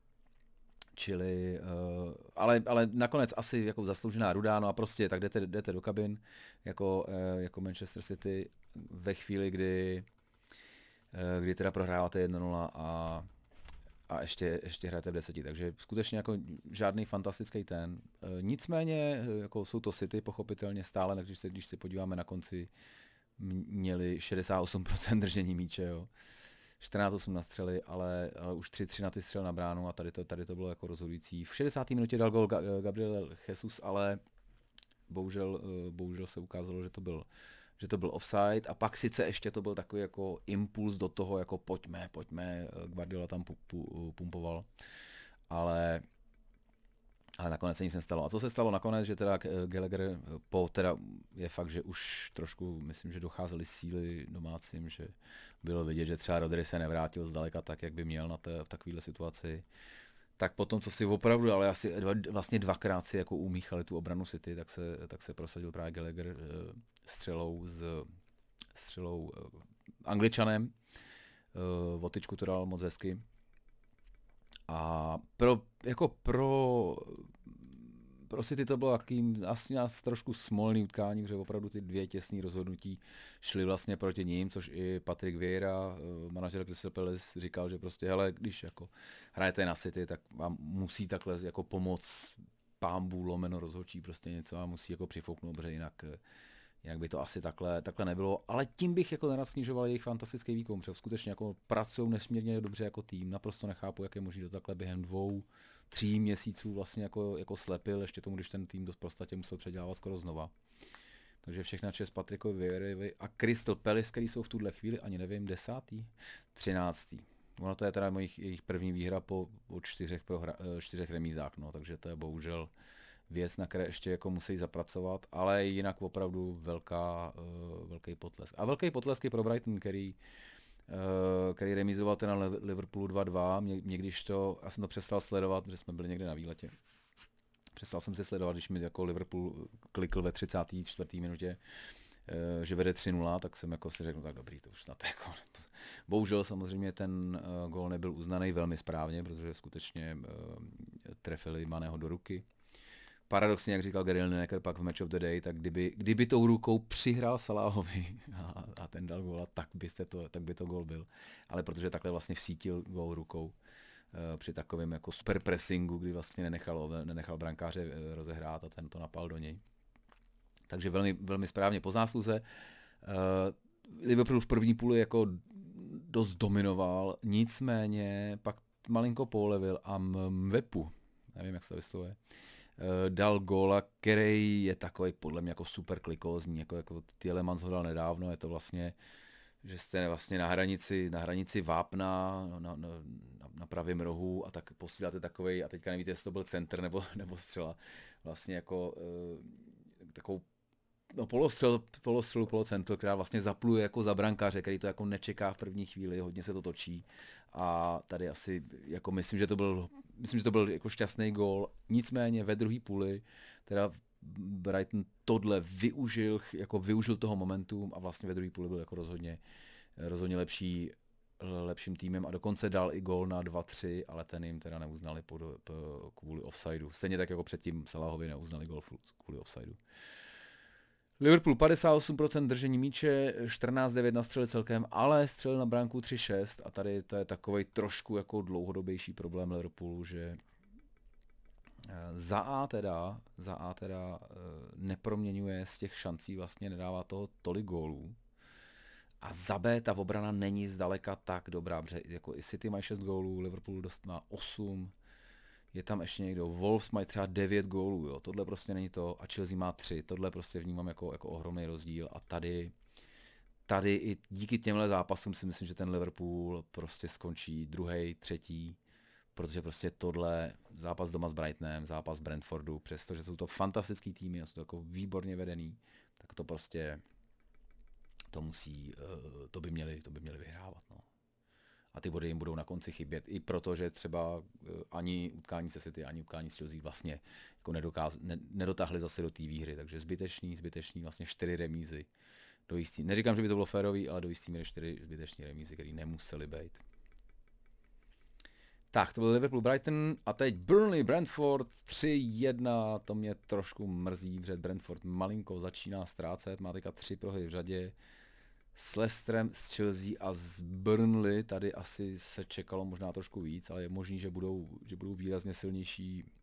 Čili, uh, ale, ale nakonec asi jako zasloužená rudá, no a prostě tak jdete, jdete do kabin jako, uh, jako Manchester City ve chvíli, kdy, uh, kdy teda prohráváte jedna nula a, a ještě, ještě hrajete v deseti, takže skutečně jako žádný fantastický ten. Uh, nicméně jako jsou to City pochopitelně stále, když se, když se podíváme na konci, měli šedesát osm procent držení míče, jo. čtrnáct osm na střely, ale, ale už tři tři na ty střel na bránu a tady to, tady to bylo jako rozhodující. V šedesáté minutě dal gol Gabriel Jesus, ale bohužel, bohužel se ukázalo, že to byl, že to byl offside a pak sice ještě to byl takový jako impuls do toho, jako pojďme, pojďme, Guardiola tam pu, pu, pumpoval, ale ale nakonec se nic nestalo. A co se stalo nakonec, že teda Gallagher po teda je fakt, že už trošku, myslím, že docházely síly domácím, že bylo vidět, že třeba Rodri se nevrátil zdaleka tak, jak by měl na té, v takovéhle situaci. Tak potom, co si opravdu, ale asi dva, vlastně dvakrát si jako umíchali tu obranu City, tak se, tak se prosadil právě Gallagher střelou z střelou Angličanem. Votyčku to dal moc hezky. A pro, jako pro pro City to bylo takým asi nás trošku smolný utkání, protože opravdu ty dvě těsné rozhodnutí šly vlastně proti ním, což i Patrick Vieira, manažer Crystal Palace, říkal, že prostě hele, když jako hrajete na City, tak vám musí takhle jako pomoct pámbu lomeno rozhodčí, prostě něco a musí jako přifouknout, protože jinak, jinak by to asi takhle, takhle nebylo, ale tím bych jako nerad snižoval jejich fantastický výkon, protože skutečně jako pracují nesmírně dobře jako tým, naprosto nechápu, jak je možné to takhle během dvou, tří měsíců vlastně jako, jako slepil, ještě tomu, když ten tým dost podstatě musel předělávat skoro znova. Takže všechna čest Patrickovi Vierovi a Crystal Palace, který jsou v tuhle chvíli, ani nevím, desátý, třináctý. Ono to je teda jejich, jejich první výhra po, po čtyřech, prohra, čtyřech remízách, no, takže to je bohužel věc, na které ještě jako musí zapracovat, ale jinak opravdu velká, uh, velký potlesk. A velký potlesk je pro Brighton, který, uh, který remizoval ten na Liverpoolu dva dva, mě, mě když to, já jsem to přestal sledovat, protože jsme byli někde na výletě. Přestal jsem si sledovat, když mi jako Liverpool klikl ve třicáté čtvrté minutě, že vede tři nula, tak jsem jako si řekl, no tak dobrý, to už snad jako. Bohužel samozřejmě ten uh, gól nebyl uznaný velmi správně, protože skutečně uh, trefili Maného do ruky. Paradoxně, jak říkal Gary Lineker pak v Match of the Day, tak kdyby, kdyby tou rukou přihrál Salahovi a, a ten dal góla, tak, byste to, tak by to gól byl. Ale protože takhle vlastně vsítil gól rukou uh, při takovém jako super pressingu, kdy vlastně nenechal, nenechal brankáře uh, rozehrát a ten to napal do něj. Takže velmi, velmi správně po zásluze. Uh, Liverpool v první půli jako dost dominoval, nicméně pak malinko polevil a Mwepu, nevím, jak se to vyslovuje, uh, dal góla, který je takový podle mě jako super klikózní, jako, jako Tielemans ho dal nedávno, je to vlastně, že jste vlastně na hranici, na hranici vápna, na, na, na pravém rohu a tak posíláte takovej, a teďka nevíte, jestli to byl centr nebo, nebo střela, vlastně jako uh, takovou no, polostřel, polostřelu, polocentru, která vlastně zapluje jako za brankáře, který to jako nečeká v první chvíli, hodně se to točí a tady asi, jako myslím, že to byl, myslím, že to byl jako šťastný gól, nicméně ve druhé půli, teda Brighton tohle využil, jako využil toho momentum a vlastně ve druhé půli byl jako rozhodně, rozhodně lepší, lepším týmem a dokonce dal i gól na dva tři, ale ten jim teda neuznali pod, pod, kvůli offsideu. Stejně tak jako předtím Salahovi neuznali gól kvůli offsideu. Liverpool padesát osm procent držení míče, čtrnáct devět na střely celkem, ale střelil na bránku tři šest a tady to je takovej trošku jako dlouhodobější problém Liverpoolu, že za A teda, za A teda neproměňuje z těch šancí, vlastně nedává toho tolik gólů a za B ta obrana není zdaleka tak dobrá, protože jako i City mají šest gólů, Liverpool dost má osm, je tam ještě někdo, Wolves mají třeba devět gólů, jo, tohle prostě není to a Chelsea má tři, tohle prostě vnímám jako, jako ohromný rozdíl a tady, tady i díky těmhle zápasům si myslím, že ten Liverpool prostě skončí druhý, třetí, protože prostě tohle, zápas doma s Brightonem, zápas Brentfordu, přestože jsou to fantastický týmy a jsou to jako výborně vedený, tak to prostě, to musí, to by měli, to by měli vyhrávat, no. A ty body jim budou na konci chybět, i protože třeba ani utkání se City, ani utkání s Chelsea vlastně jako nedokáz, ne, nedotáhli zase do té výhry, takže zbytečný, zbytečný vlastně čtyři remízy do jistý. Neříkám, že by to bylo férový, ale do jistý míry čtyři zbytečný remízy, které nemuseli být. Tak, to byl Liverpool Brighton a teď Burnley Brentford tři jedna, to mě trošku mrzí, protože Brentford malinko začíná ztrácet, má teďka tři prohry v řadě. S Leicesterem, s Chelsea a s Burnley tady asi se čekalo možná trošku víc, ale je možný, že budou, že budou výrazně silnější uh,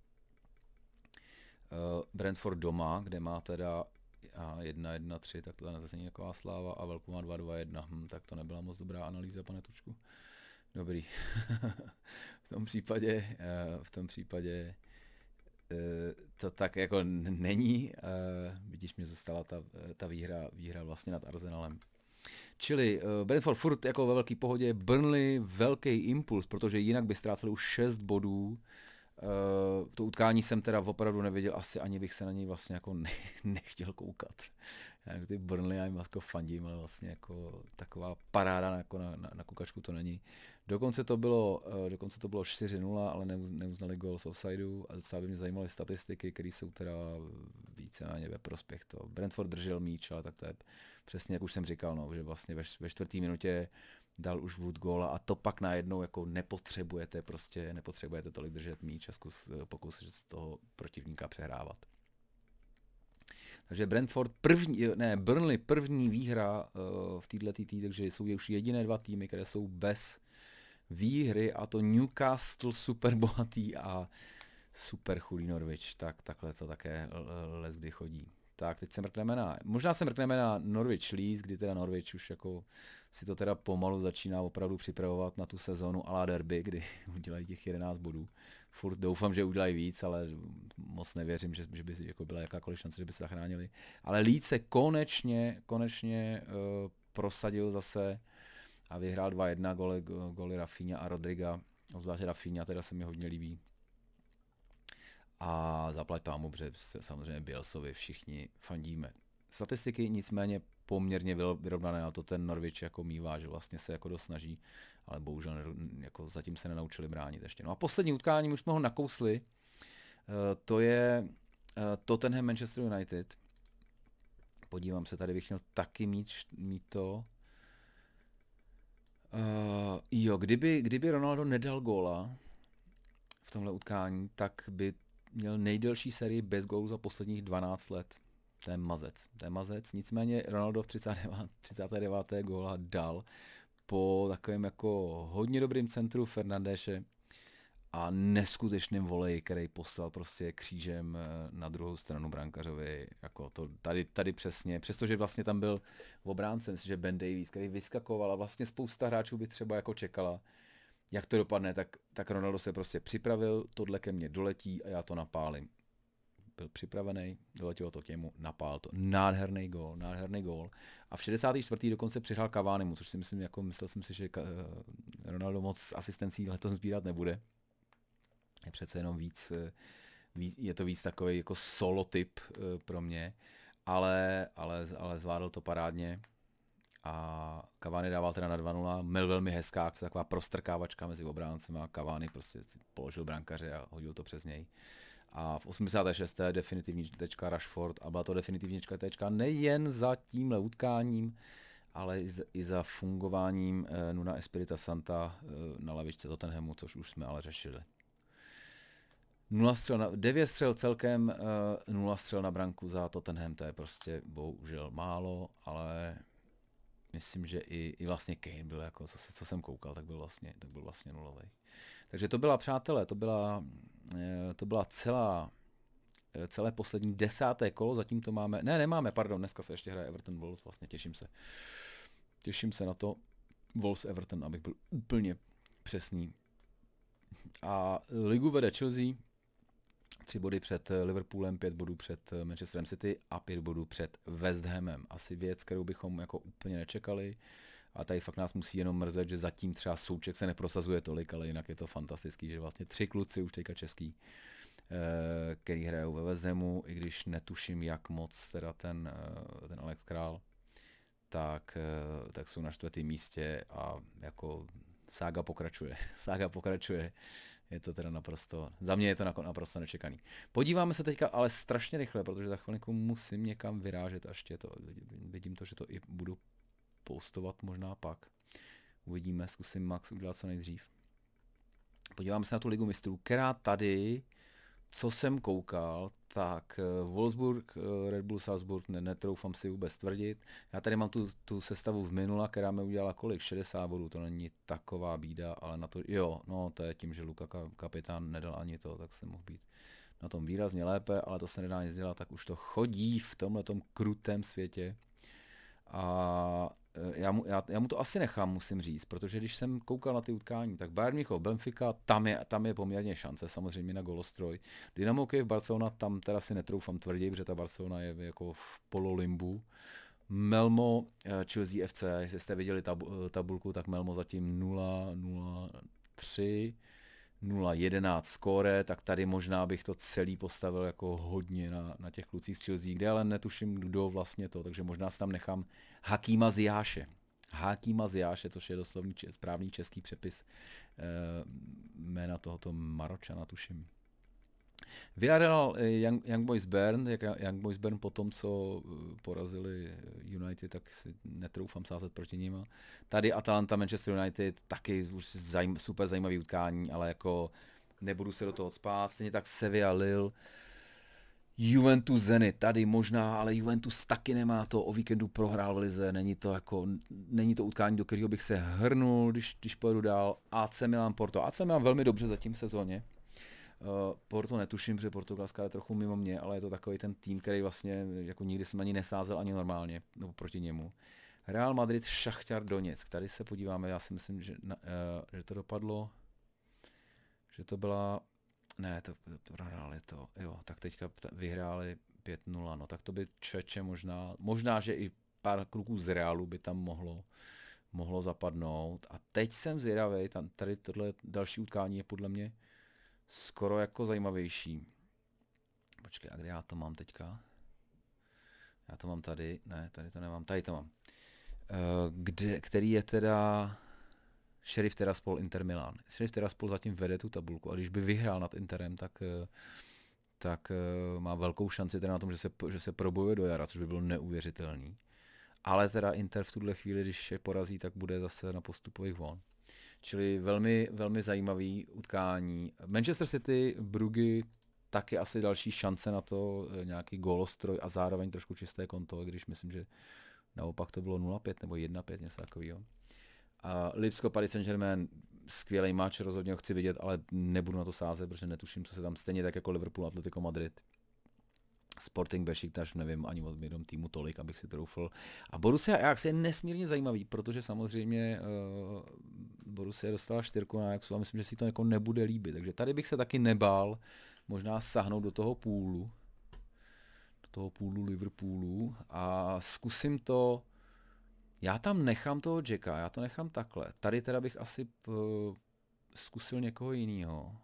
Brentford doma, kde má teda jedna jedna tři, tak to je zase nějaká sláva a velkou má dva dva jedna, hm, tak to nebyla moc dobrá analýza, pane Tučku. Dobrý. v tom případě, uh, v tom případě uh, to tak jako není, uh, vidíš, mě zůstala ta, ta výhra, výhra vlastně nad Arsenalem. Čili uh, Brentford furt jako ve velké pohodě, Burnley velký impuls, protože jinak by ztráceli už šest bodů. Uh, to utkání jsem teda opravdu nevěděl, asi ani bych se na něj vlastně jako ne, nechtěl koukat. Já ty Burnley já jim jako fandím, ale vlastně jako taková paráda jako na, na, na kukačku to není. Dokonce to bylo, uh, dokonce to bylo čtyři nula, ale neuz, neuznali gól z offsideu a docela by mě zajímaly statistiky, které jsou teda víceméně ve prospěch toho. Brentford držel míč, ale tak to je přesně jak už jsem říkal, no, že vlastně ve, ve čtvrtý minutě dal už Wood góla a to pak najednou jako nepotřebujete prostě, nepotřebujete tolik držet míč a zkus, pokusit se toho protivníka přehrávat. Takže Brentford první, ne, Burnley první výhra uh, v této tý, takže jsou už jediné dva týmy, které jsou bez výhry, a to Newcastle super bohatý a super chudý Norwich. Tak takhle to také leskdy chodí. Tak teď se mrkneme na, možná se mrkneme na Norwich Leeds, kdy teda Norwich už jako si to teda pomalu začíná opravdu připravovat na tu sezonu a la derby, kdy udělají těch jedenáct bodů. Furt doufám, že udělají víc, ale moc nevěřím, že, že by jako byla jakákoliv šance, že by se zachránili. Ale Leeds se konečně, konečně uh, prosadil zase a vyhrál dva jedna, goly, goly Rafinha a Rodriga. Obzvláště Rafinha teda se mi hodně líbí. A zaplať pámu, protože samozřejmě Bielsovi všichni fandíme. Statistiky nicméně poměrně vyrovnané, na to ten Norwich jako mívá, že vlastně se jako dost snaží, ale bohužel jako zatím se nenaučili bránit ještě. No a poslední utkání, už jsme ho nakousli, to je Tottenham Manchester United. Podívám se, tady bych měl taky mít, mít to. Uh, jo, kdyby, kdyby Ronaldo nedal góla v tomhle utkání, tak by měl nejdelší sérii bez gólů za posledních dvanáct let. To je mazec. To je mazec. Nicméně Ronaldo v třicátém devátém góla dal po takovém jako hodně dobrým centru Fernandéše a neskutečným voleji, který poslal prostě křížem na druhou stranu brankařovi. Jako to tady, tady přesně. Přestože vlastně tam byl v obránce, že Ben Davies, který vyskakoval a vlastně spousta hráčů by třeba jako čekala, jak to dopadne, tak, tak Ronaldo se prostě připravil, tohle ke mně doletí a já to napálím. Byl připravený, doletělo to k němu, napál to. Nádherný gól, nádherný gól. A v šedesáté čtvrté dokonce přihrál Cavanimu, což si myslím, jako myslel jsem si, že Ronaldo moc asistencí letos sbírat nebude. Je přece jenom víc, víc je to víc takový jako solo typ pro mě, ale, ale, ale zvládl to parádně. A Cavani dával teda na dva nula, byl velmi hezká akce, taková prostrkávačka mezi obráncem a Cavani prostě položil brankaře a hodil to přes něj. A v osmdesáté šesté definitivní tečka Rashford a byla to definitivní tečka nejen za tímhle utkáním, ale i za, i za fungováním eh, Nuna Espirita Santa eh, na lavičce Tottenhamu, což už jsme ale řešili. Nula střel na, devět střel celkem, uh, nula střel na branku za Tottenham, to je prostě bohužel málo, ale myslím, že i, i vlastně Kane byl jako, co, co jsem koukal, tak byl vlastně, tak byl vlastně nulový. Takže to byla, přátelé, to byla, to byla celá, celé poslední desáté kolo, zatím to máme, ne, nemáme, pardon, dneska se ještě hraje Everton Wolves, vlastně těším se. Těším se na to, Wolves Everton, abych byl úplně přesný. A ligu vede Chelsea, tři body před Liverpoolem, pět bodů před Manchesterem City a pět bodů před West Hamem. Asi věc, kterou bychom jako úplně nečekali. A tady fakt nás musí jenom mrzet, že zatím třeba Souček se neprosazuje tolik, ale jinak je to fantastický, že vlastně tři kluci už teďka český, který hrajou ve West Hamu, i když netuším, jak moc teda ten, ten Alex Král, tak, tak jsou na čtvrtém místě a jako sága pokračuje. Sága pokračuje. Je to teda naprosto, za mě je to naprosto nečekaný. Podíváme se teďka ale strašně rychle, protože za chvilinku musím někam vyrážet, až tě to, vidím to, že to i budu postovat možná pak. Uvidíme, zkusím Max udělat co nejdřív. Podíváme se na tu ligu mistrů, která tady, co jsem koukal, tak Wolfsburg, Red Bull Salzburg, ne, netroufám si vůbec tvrdit. Já tady mám tu, tu sestavu v minula, která mi udělala kolik? šedesát bodů, to není taková bída, ale na to, jo, no to je tím, že Luka kapitán nedal ani to, tak jsem mohl být na tom výrazně lépe, ale to se nedá nic dělat, tak už to chodí v tomhletom krutém světě. A já mu, já, já mu to asi nechám, musím říct, protože když jsem koukal na ty utkání, tak Bayern Mnichov, Benfica, tam je, tam je poměrně šance, samozřejmě na golostroj. Dynamo Kyjev, Barcelona, tam teda si netroufám tvrdit, protože ta Barcelona je jako v pololimbu. Melmo, Chelsea F C, jestli jste viděli tabu, tabulku, tak Melmo zatím nula nula tři, nula jedenáct skóre, tak tady možná bych to celý postavil jako hodně na, na těch klucích z Chelsea, kde ale netuším, kdo vlastně to, takže možná si tam nechám Hakima Ziyáše. Hakima Ziyáše, což je doslovný správný český přepis e, jména tohoto Maročana, tuším. Villarreal Young, Young Boys Bern, jak Young Boys Bern po tom, co porazili United, tak si netroufám sázet proti nima. Tady Atalanta Manchester United, taky už zajím, super zajímavý utkání, ale jako nebudu se do toho cpát. Stejně tak Sevilla Lille, Juventus Zenit, tady možná, ale Juventus taky nemá to, o víkendu prohrál v lize, není to jako, není to utkání, do kterého bych se hrnul, když, když pojedu dál. A C Milan Porto, A C Milan velmi dobře zatím v sezóně. Uh, Porto netuším, protože portugalská je trochu mimo mě, ale je to takový ten tým, který vlastně jako nikdy jsem ani nesázel ani normálně, nebo proti němu. Real Madrid, Šachtar Doněck, tady se podíváme, já si myslím, že, uh, že to dopadlo, že to byla, ne, to prohráli to, jo, tak teďka vyhráli pět nula, no tak to by čeče možná, možná, že i pár kluků z Realu by tam mohlo, mohlo zapadnout. A teď jsem zvědavej, tam, tady tohle další utkání je podle mě skoro jako zajímavější. Počkej, a kde já to mám teďka? Já to mám tady, ne, tady to nemám, tady to mám. Kde, který je teda Sheriff Tiraspol Inter Milan. Sheriff Tiraspol zatím vede tu tabulku a když by vyhrál nad Interem, tak, tak má velkou šanci teda na tom, že se, že se probojuje do jara, což by bylo neuvěřitelný. Ale teda Inter v tuhle chvíli, když je porazí, tak bude zase na postupových von. Čili velmi, velmi zajímavý utkání. Manchester City, Bruggy, taky asi další šance na to, nějaký gólostroj a zároveň trošku čisté konto, když myslím, že naopak to bylo nula pět nebo jedna pět, něco takového. A Lipsko, Paris Saint-Germain, skvělý match, rozhodně ho chci vidět, ale nebudu na to sázet, protože netuším, co se tam stejně tak jako Liverpool, Atletico Madrid. Sporting Beşiktaş, nevím ani o jednom týmu tolik, abych si troufl. A Borussia Ajax je nesmírně zajímavý, protože samozřejmě uh, Borussia dostala čtyřku na Ajaxu a myslím, že si to jako nebude líbit. Takže tady bych se taky nebál možná sahnout do toho půlu, do toho půlu Liverpoolu a zkusím to, já tam nechám toho Jacka, já to nechám takhle. Tady teda bych asi uh, zkusil někoho jiného.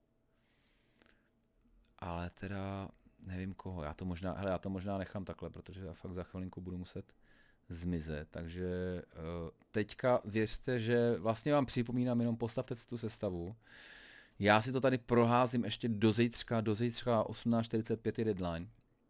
Ale teda nevím koho, já to možná, hele, já to možná nechám takhle, protože já fakt za chvilinku budu muset zmizet, takže uh, teďka věřte, že vlastně vám připomínám, jenom postavte si tu sestavu. Já si to tady proházím ještě do zítřka, do zítřka osmnáct čtyřicet pět je deadline.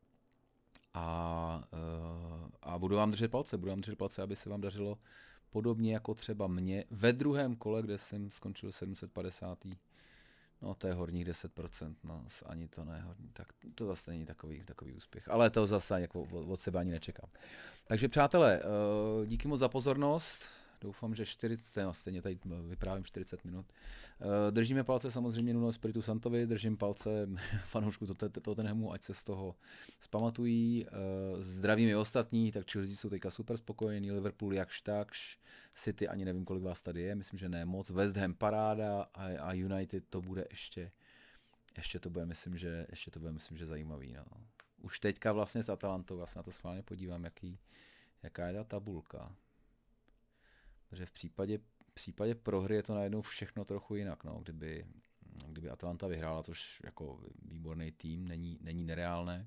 A, uh, a budu vám držet palce, budu vám držet palce, aby se vám dařilo podobně jako třeba mě ve druhém kole, kde jsem skončil sedm set padesát. No to je horních deset procent, no ani to ne horní, tak to zase není takový, takový úspěch, ale to zase jako od sebe ani nečekám. Takže přátelé, díky moc za pozornost, doufám, že čtyřicet, no stejně tady vyprávím čtyřicet minut. Držíme palce samozřejmě Nuno Espiritu Santovi, držím palce fanoušku Tottenhamu, ať se z toho zpamatují. Zdravím i ostatní, tak Chelsea jsou teďka super spokojení, Liverpool jakž takž, City ani nevím, kolik vás tady je, myslím, že ne moc, West Ham paráda a, a United to bude ještě, ještě to bude, myslím, že, ještě to bude, myslím, že zajímavý. No. Už teďka vlastně s Atalantou, já se na to schválně podívám, jaký, jaká je ta tabulka. Takže v případě, v případě prohry je to najednou všechno trochu jinak, no. Kdyby, kdyby Atalanta vyhrála, což jako výborný tým, není, není nereálné.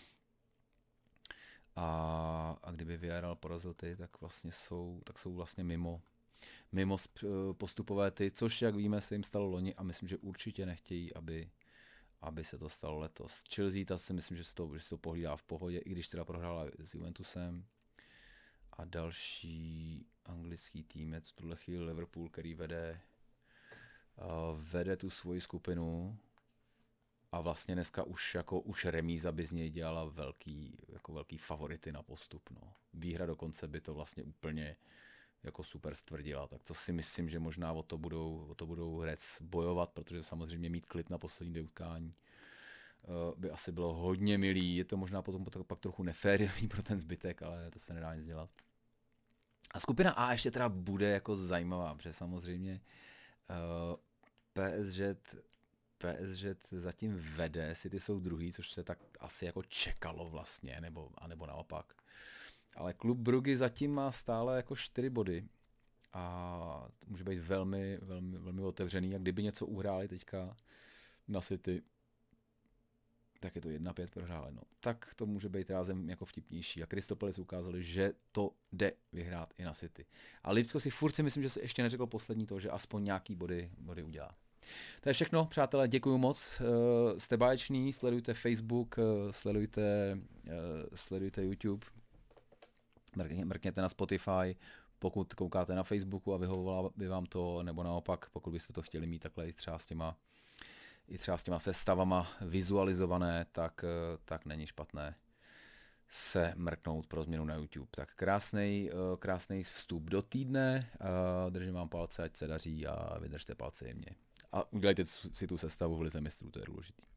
A, a kdyby Villarreal porazil ty, tak vlastně jsou, tak jsou vlastně mimo, mimo postupové ty, což jak víme se jim stalo loni a myslím, že určitě nechtějí, aby, aby se to stalo letos. Chelsea, ta si myslím, že se to, že se to pohlídá v pohodě, i když teda prohrála s Juventusem. A další anglický tým je v tuhle chvíli Liverpool, který vede, uh, vede tu svoji skupinu a vlastně dneska už jako už remíza by z něj dělala velký, jako velký favority na postup. No. Výhra dokonce by to vlastně úplně jako super stvrdila, tak to si myslím, že možná o to budou, o to budou Reds bojovat, protože samozřejmě mít klid na poslední dvě utkání uh, by asi bylo hodně milý, je to možná potom pak trochu neférový pro ten zbytek, ale to se nedá nic dělat. A skupina A ještě teda bude jako zajímavá, protože samozřejmě uh, PSG, PSG zatím vede, City jsou druhý, což se tak asi jako čekalo vlastně, nebo, anebo naopak. Ale klub Bruggy zatím má stále jako čtyři body a to může být velmi, velmi, velmi otevřený a kdyby něco uhráli teďka na City, tak je to jedna pět prohráli, no. Tak to může být rázem jako vtipnější. A Kristopolis ukázali, že to jde vyhrát i na City. A Lipsko si furt si myslím, že se ještě neřekl poslední to, že aspoň nějaký body, body udělá. To je všechno, přátelé, děkuji moc. Uh, jste báječní, sledujte Facebook, uh, sledujte, uh, sledujte YouTube, Mrkně, mrkněte na Spotify, pokud koukáte na Facebooku a vyhovovalo by vám to, nebo naopak, pokud byste to chtěli mít takhle i třeba s těma, i třeba s těma sestavama vizualizované, tak, uh, tak není špatné se mrknout pro změnu na YouTube. Tak krásnej, uh, krásnej vstup do týdne, uh, držím vám palce, ať se daří a vydržte palce jemně. A udělejte si tu sestavu v lize mistrů, to je důležitý.